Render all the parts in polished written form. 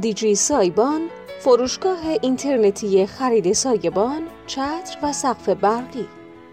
دیجی سایبان، فروشگاه اینترنتی خرید سایبان، چتر و سقف برقی.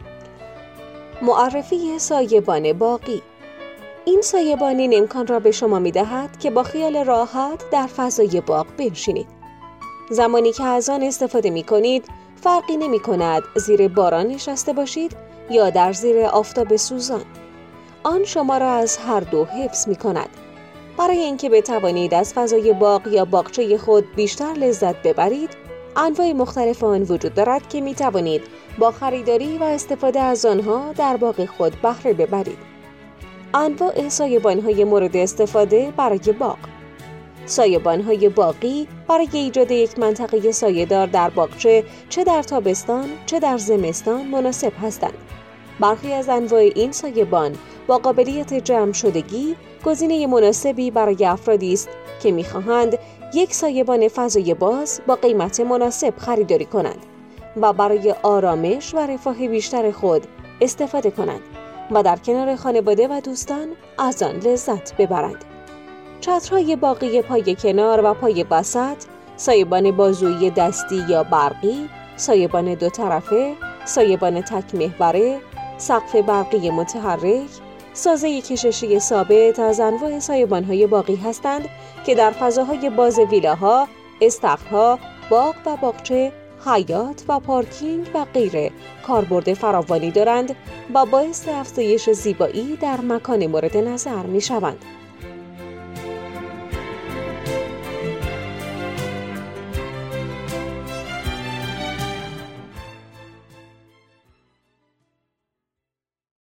معرفی سایبان باقی. این سایبان این امکان را به شما می‌دهد که با خیال راحت در فضای باغ بنشینید. زمانی که از آن استفاده می‌کنید، فرقی نمی‌کند زیر باران نشسته باشید یا در زیر آفتاب سوزان. آن شما را از هر دو حفظ می‌کند. برای اینکه بتوانید از فضای باغ یا باغچه خود بیشتر لذت ببرید، انواع مختلف آن وجود دارد که می توانید با خریداری و استفاده از آنها در باغ خود بهره ببرید. انواع سایبان‌های مورد استفاده برای باغ. سایبان‌های باغی برای ایجاد یک منطقه سایه‌دار در باغچه چه در تابستان چه در زمستان مناسب هستند. برخی از انواع این سایبان با قابلیت جمع شدگی گزینه مناسبی برای افرادی است که می‌خواهند یک سایبان فضای باز با قیمت مناسب خریداری کنند و برای آرامش و رفاه بیشتر خود استفاده کنند و در کنار خانواده و دوستان از آن لذت ببرند. چترهای باغی پای کنار و پای وسط، سایبان بازویی دستی یا برقی، سایبان دو طرفه، سایبان تک محوره، سقف برقی متحرک، سازه کششی ثابت از انواع سایبان‌های باغی هستند که در فضاهای باز ویلاها، استخرها، باغ و باغچه، حیاط و پارکینگ و غیره کاربرد فراوانی دارند و باعث افزایش زیبایی در مکان مورد نظر می‌شوند.